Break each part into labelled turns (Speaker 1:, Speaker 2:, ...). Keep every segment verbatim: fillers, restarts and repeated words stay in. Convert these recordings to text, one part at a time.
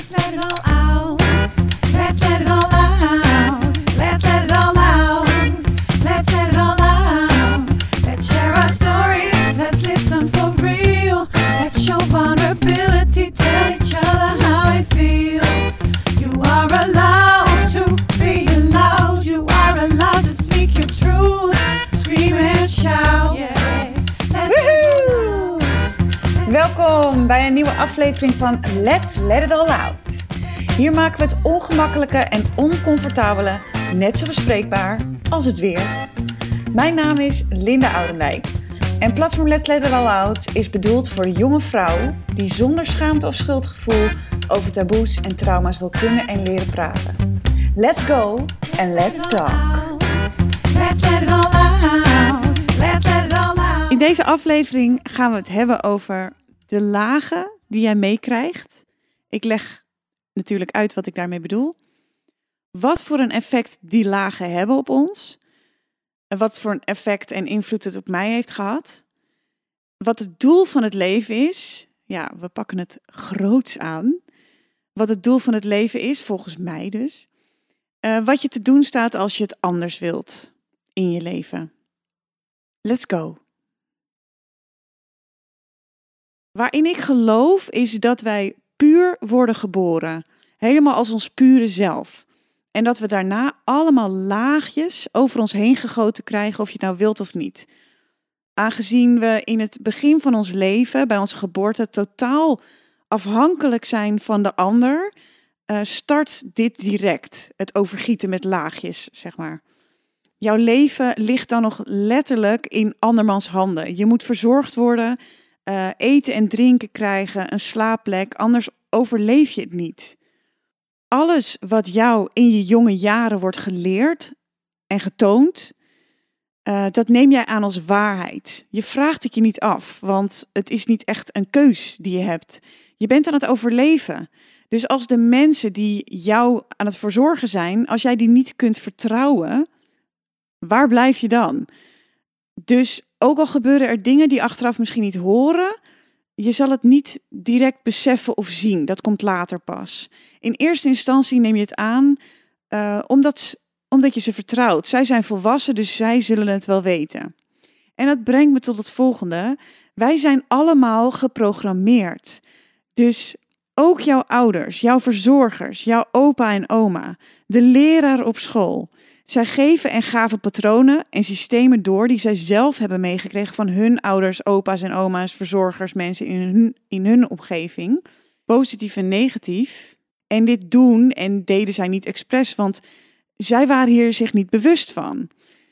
Speaker 1: Let's let it all out. Let's let it all out. Let's let it all out. Let's let it all out. Let's share our stories. Let's listen for real. Let's show vulnerability. Tell each other how we feel. You are allowed to be allowed. You are allowed to speak your truth. Scream and shout. Yeah. Let's let it all out.
Speaker 2: Welkom bij een nieuwe aflevering van Let's Let It All Out. Hier maken we het ongemakkelijke en oncomfortabele net zo bespreekbaar als het weer. Mijn naam is Linda Oudendijk en platform Let's Let It All Out is bedoeld voor de jonge vrouw die zonder schaamte of schuldgevoel over taboes en trauma's wil kunnen en leren praten. Let's go and let's talk.
Speaker 1: Let's let it all out. Let's let it all out.
Speaker 2: In deze aflevering gaan we het hebben over de lagen die jij meekrijgt. Ik leg natuurlijk uit wat ik daarmee bedoel. Wat voor een effect die lagen hebben op ons. En wat voor een effect en invloed het op mij heeft gehad. Wat het doel van het leven is. Ja, we pakken het groots aan. Wat het doel van het leven is, volgens mij dus. Uh, wat je te doen staat als je het anders wilt in je leven. Let's go. Waarin ik geloof is dat wij puur worden geboren. Helemaal als ons pure zelf. En dat we daarna allemaal laagjes over ons heen gegoten krijgen, of je het nou wilt of niet. Aangezien we in het begin van ons leven, bij onze geboorte, totaal afhankelijk zijn van de ander, uh, start dit direct. Het overgieten met laagjes, zeg maar. Jouw leven ligt dan nog letterlijk in andermans handen. Je moet verzorgd worden, uh, eten en drinken krijgen, een slaapplek, anders overleef je het niet. Alles wat jou in je jonge jaren wordt geleerd en getoond, uh, dat neem jij aan als waarheid. Je vraagt het je niet af, want het is niet echt een keus die je hebt. Je bent aan het overleven. Dus als de mensen die jou aan het verzorgen zijn, als jij die niet kunt vertrouwen, waar blijf je dan? Dus ook al gebeuren er dingen die achteraf misschien niet horen, je zal het niet direct beseffen of zien. Dat komt later pas. In eerste instantie neem je het aan uh, omdat, omdat je ze vertrouwt. Zij zijn volwassen, dus zij zullen het wel weten. En dat brengt me tot het volgende. Wij zijn allemaal geprogrammeerd. Dus ook jouw ouders, jouw verzorgers, jouw opa en oma, de leraar op school. Zij geven en gaven patronen en systemen door die zij zelf hebben meegekregen van hun ouders, opa's en oma's, verzorgers, mensen in hun, in hun omgeving. Positief en negatief. En dit doen en deden zij niet expres, want zij waren hier zich niet bewust van.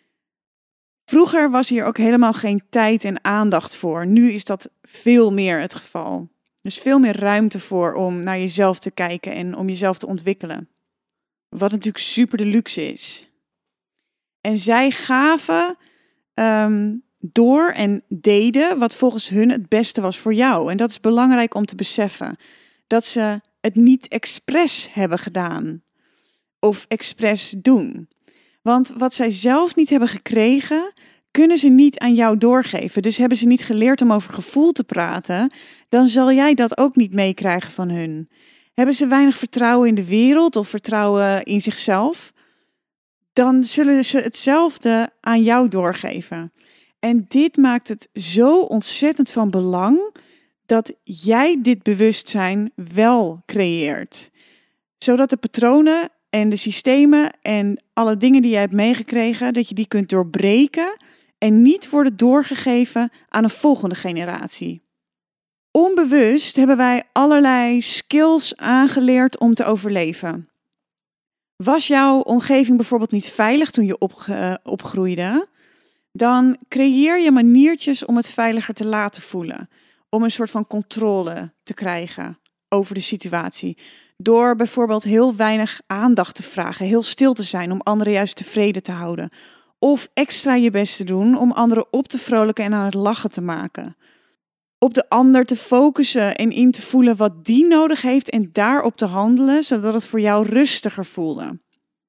Speaker 2: Vroeger was hier ook helemaal geen tijd en aandacht voor. Nu is dat veel meer het geval. Dus veel meer ruimte voor om naar jezelf te kijken en om jezelf te ontwikkelen. Wat natuurlijk super de luxe is. En zij gaven um, door en deden wat volgens hun het beste was voor jou. En dat is belangrijk om te beseffen. Dat ze het niet expres hebben gedaan. Of expres doen. Want wat zij zelf niet hebben gekregen, kunnen ze niet aan jou doorgeven. Dus hebben ze niet geleerd om over gevoel te praten, dan zal jij dat ook niet meekrijgen van hun. Hebben ze weinig vertrouwen in de wereld of vertrouwen in zichzelf, dan zullen ze hetzelfde aan jou doorgeven. En dit maakt het zo ontzettend van belang dat jij dit bewustzijn wel creëert. Zodat de patronen en de systemen en alle dingen die jij hebt meegekregen, dat je die kunt doorbreken en niet worden doorgegeven aan een volgende generatie. Onbewust hebben wij allerlei skills aangeleerd om te overleven. Was jouw omgeving bijvoorbeeld niet veilig toen je opge- opgroeide, dan creëer je maniertjes om het veiliger te laten voelen. Om een soort van controle te krijgen over de situatie. Door bijvoorbeeld heel weinig aandacht te vragen, heel stil te zijn om anderen juist tevreden te houden. Of extra je best te doen om anderen op te vrolijken en aan het lachen te maken. Op de ander te focussen en in te voelen wat die nodig heeft en daarop te handelen, zodat het voor jou rustiger voelde.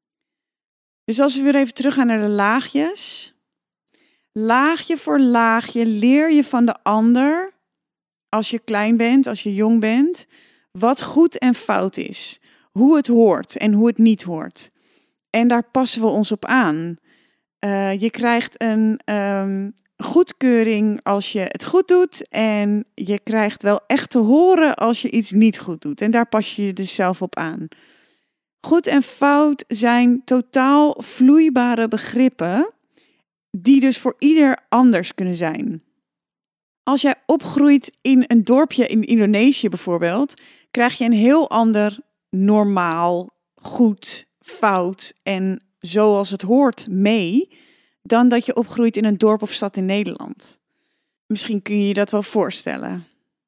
Speaker 2: Dus als we weer even teruggaan naar de laagjes. Laagje voor laagje leer je van de ander, als je klein bent, als je jong bent, wat goed en fout is, hoe het hoort en hoe het niet hoort. En daar passen we ons op aan. Uh, je krijgt een um, goedkeuring als je het goed doet en je krijgt wel echt te horen als je iets niet goed doet. En daar pas je je dus zelf op aan. Goed en fout zijn totaal vloeibare begrippen die dus voor ieder anders kunnen zijn. Als jij opgroeit in een dorpje in Indonesië bijvoorbeeld, krijg je een heel ander normaal, goed, fout en zoals het hoort mee, dan dat je opgroeit in een dorp of stad in Nederland. Misschien kun je je dat wel voorstellen.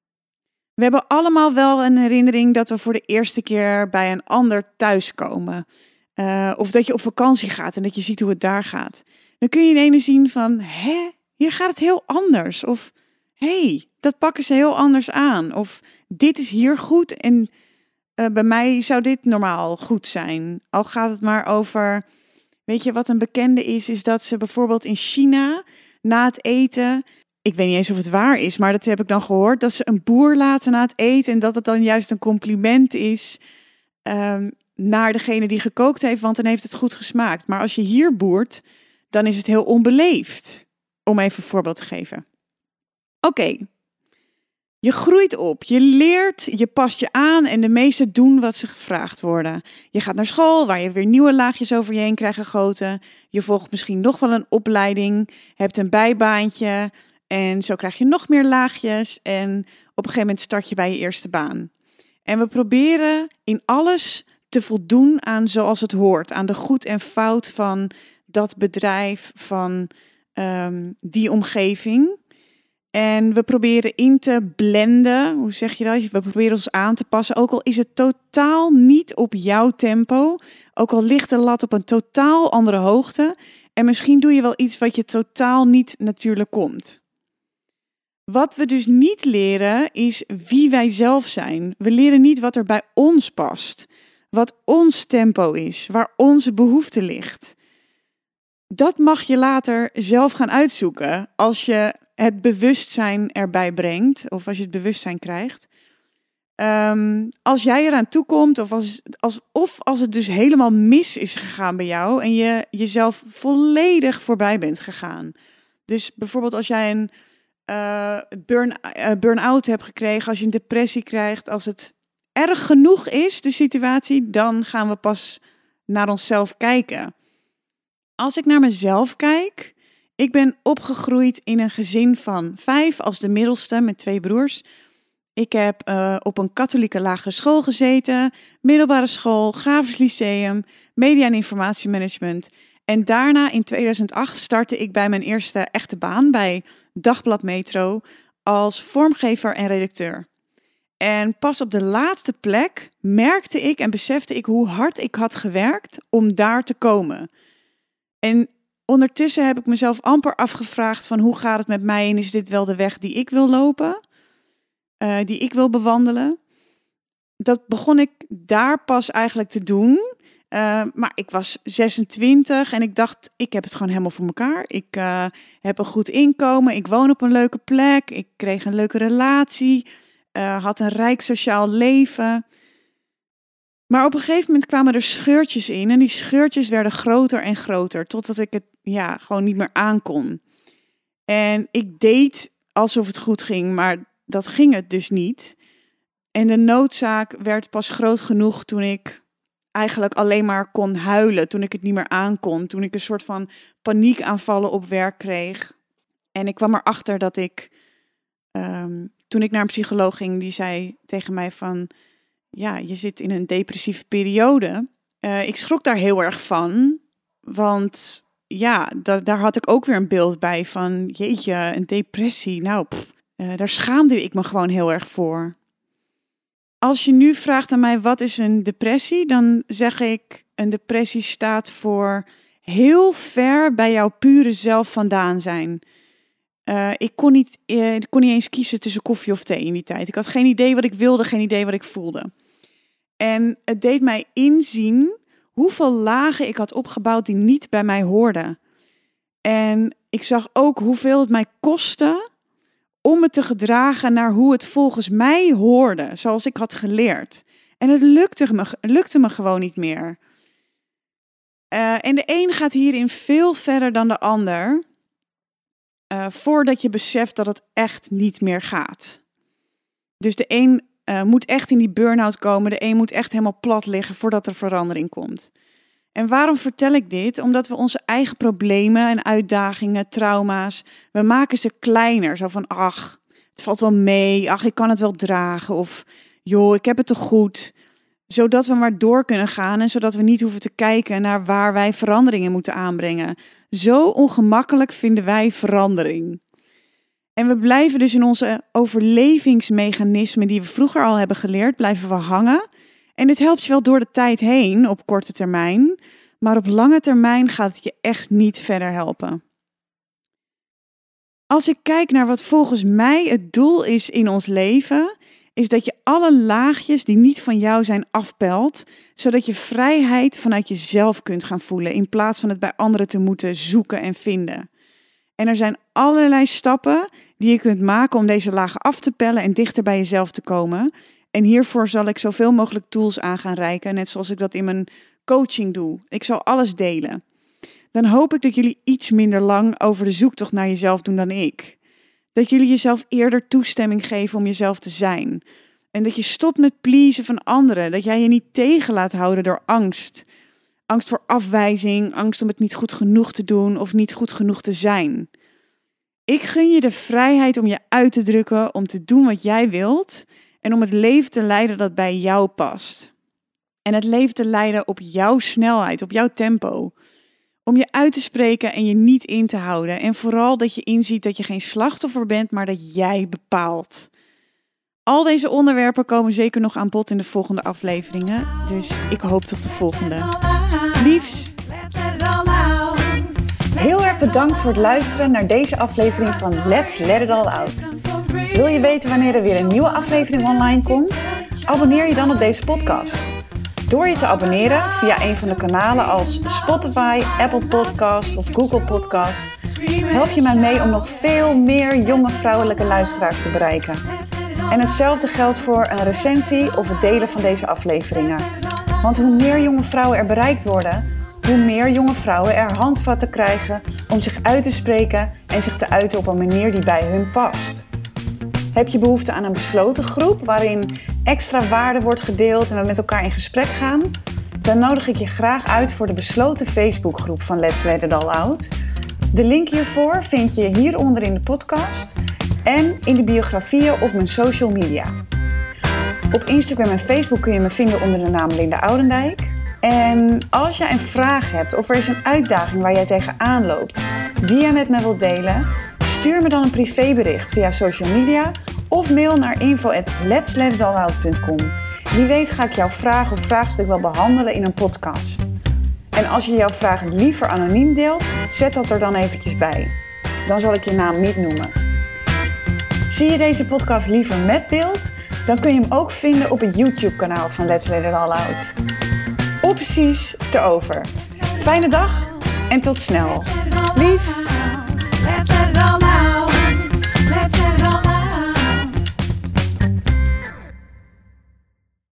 Speaker 2: We hebben allemaal wel een herinnering dat we voor de eerste keer bij een ander thuiskomen. Uh, of dat je op vakantie gaat en dat je ziet hoe het daar gaat. Dan kun je in ene zien van, hè, hier gaat het heel anders. Of, hé, hey, dat pakken ze heel anders aan. Of, dit is hier goed en uh, bij mij zou dit normaal goed zijn. Al gaat het maar over, weet je wat een bekende is, is dat ze bijvoorbeeld in China na het eten, ik weet niet eens of het waar is, maar dat heb ik dan gehoord, dat ze een boer laten na het eten en dat het dan juist een compliment is um, naar degene die gekookt heeft, want dan heeft het goed gesmaakt. Maar als je hier boert, dan is het heel onbeleefd, om even een voorbeeld te geven. Oké, okay. Je groeit op, je leert, je past je aan en de meesten doen wat ze gevraagd worden. Je gaat naar school waar je weer nieuwe laagjes over je heen krijgt gegoten. Je volgt misschien nog wel een opleiding, hebt een bijbaantje en zo krijg je nog meer laagjes en op een gegeven moment start je bij je eerste baan. En we proberen in alles te voldoen aan zoals het hoort, aan de goed en fout van dat bedrijf, van um, die omgeving. En we proberen in te blenden, hoe zeg je dat? We proberen ons aan te passen, ook al is het totaal niet op jouw tempo. Ook al ligt de lat op een totaal andere hoogte. En misschien doe je wel iets wat je totaal niet natuurlijk komt. Wat we dus niet leren is wie wij zelf zijn. We leren niet wat er bij ons past. Wat ons tempo is, waar onze behoefte ligt. Dat mag je later zelf gaan uitzoeken als je het bewustzijn erbij brengt, of als je het bewustzijn krijgt. Um, als jij eraan toekomt, of als, als, of als het dus helemaal mis is gegaan bij jou en je jezelf volledig voorbij bent gegaan. Dus bijvoorbeeld als jij een uh, burn, uh, burn-out hebt gekregen, als je een depressie krijgt, als het erg genoeg is, de situatie, dan gaan we pas naar onszelf kijken. Als ik naar mezelf kijk, ik ben opgegroeid in een gezin van vijf als de middelste met twee broers. Ik heb uh, op een katholieke lagere school gezeten, middelbare school, Grafisch Lyceum, media en informatiemanagement. En daarna in tweeduizend acht startte ik bij mijn eerste echte baan bij Dagblad Metro als vormgever en redacteur. En pas op de laatste plek merkte ik en besefte ik hoe hard ik had gewerkt om daar te komen. En ondertussen heb ik mezelf amper afgevraagd van hoe gaat het met mij en is dit wel de weg die ik wil lopen, uh, die ik wil bewandelen. Dat begon ik daar pas eigenlijk te doen. Uh, maar ik was zesentwintig en ik dacht, ik heb het gewoon helemaal voor elkaar. Ik uh, heb een goed inkomen, ik woon op een leuke plek, ik kreeg een leuke relatie, uh, had een rijk sociaal leven. Maar op een gegeven moment kwamen er scheurtjes in en die scheurtjes werden groter en groter, totdat ik het ja, gewoon niet meer aankon. En ik deed alsof het goed ging, maar dat ging het dus niet. En de noodzaak werd pas groot genoeg toen ik eigenlijk alleen maar kon huilen, toen ik het niet meer aankon, toen ik een soort van paniekaanvallen op werk kreeg. En ik kwam erachter dat ik, um, toen ik naar een psycholoog ging, die zei tegen mij van, ja, je zit in een depressieve periode. Uh, ik schrok daar heel erg van, want ja, da- daar had ik ook weer een beeld bij van, jeetje, een depressie, nou, pff, uh, daar schaamde ik me gewoon heel erg voor. Als je nu vraagt aan mij, wat is een depressie? Dan zeg ik, een depressie staat voor heel ver bij jouw pure zelf vandaan zijn. Uh, ik, kon niet, uh, ik kon niet eens kiezen tussen koffie of thee in die tijd. Ik had geen idee wat ik wilde, geen idee wat ik voelde. En het deed mij inzien hoeveel lagen ik had opgebouwd die niet bij mij hoorden. En ik zag ook hoeveel het mij kostte om me te gedragen naar hoe het volgens mij hoorde, zoals ik had geleerd. En het lukte me, lukte me gewoon niet meer. Uh, en de een gaat hierin veel verder dan de ander, uh, voordat je beseft dat het echt niet meer gaat. Dus de een uh, moet echt in die burn-out komen, de een moet echt helemaal plat liggen voordat er verandering komt. En waarom vertel ik dit? Omdat we onze eigen problemen en uitdagingen, trauma's, we maken ze kleiner. Zo van, ach, het valt wel mee, ach, ik kan het wel dragen. Of, joh, ik heb het toch goed. Zodat we maar door kunnen gaan en zodat we niet hoeven te kijken naar waar wij veranderingen moeten aanbrengen. Zo ongemakkelijk vinden wij verandering. En we blijven dus in onze overlevingsmechanismen die we vroeger al hebben geleerd, blijven we hangen. En dit helpt je wel door de tijd heen op korte termijn, maar op lange termijn gaat het je echt niet verder helpen. Als ik kijk naar wat volgens mij het doel is in ons leven, is dat je alle laagjes die niet van jou zijn afpelt, zodat je vrijheid vanuit jezelf kunt gaan voelen, in plaats van het bij anderen te moeten zoeken en vinden. En er zijn allerlei stappen die je kunt maken om deze lagen af te pellen en dichter bij jezelf te komen. En hiervoor zal ik zoveel mogelijk tools aan gaan reiken, net zoals ik dat in mijn coaching doe. Ik zal alles delen. Dan hoop ik dat jullie iets minder lang over de zoektocht naar jezelf doen dan ik. Dat jullie jezelf eerder toestemming geven om jezelf te zijn. En dat je stopt met pleasen van anderen. Dat jij je niet tegen laat houden door angst. Angst voor afwijzing, angst om het niet goed genoeg te doen of niet goed genoeg te zijn. Ik gun je de vrijheid om je uit te drukken, om te doen wat jij wilt en om het leven te leiden dat bij jou past. En het leven te leiden op jouw snelheid, op jouw tempo. Om je uit te spreken en je niet in te houden. En vooral dat je inziet dat je geen slachtoffer bent, maar dat jij bepaalt. Al deze onderwerpen komen zeker nog aan bod in de volgende afleveringen. Dus ik hoop tot de volgende. Liefs! Heel erg bedankt voor het luisteren naar deze aflevering van Let's Let It All Out. Wil je weten wanneer er weer een nieuwe aflevering online komt? Abonneer je dan op deze podcast. Door je te abonneren via een van de kanalen als Spotify, Apple Podcasts of Google Podcasts, help je mij mee om nog veel meer jonge vrouwelijke luisteraars te bereiken. En hetzelfde geldt voor een recensie of het delen van deze afleveringen. Want hoe meer jonge vrouwen er bereikt worden, hoe meer jonge vrouwen er handvatten krijgen om zich uit te spreken en zich te uiten op een manier die bij hun past. Heb je behoefte aan een besloten groep waarin extra waarde wordt gedeeld en we met elkaar in gesprek gaan? Dan nodig ik je graag uit voor de besloten Facebookgroep van Let's Let It All Out. De link hiervoor vind je hieronder in de podcast en in de biografieën op mijn social media. Op Instagram en Facebook kun je me vinden onder de naam Linda Oudendijk. En als jij een vraag hebt of er is een uitdaging waar jij tegenaan loopt die jij met me wilt delen, stuur me dan een privébericht via social media of mail naar info at lets let it all out dot com. Wie weet ga ik jouw vraag of vraagstuk wel behandelen in een podcast. En als je jouw vraag liever anoniem deelt, zet dat er dan eventjes bij. Dan zal ik je naam niet noemen. Zie je deze podcast liever met beeld? Dan kun je hem ook vinden op het YouTube-kanaal van Let's Let It All Out. Opties te over. Fijne dag en tot snel. Liefs!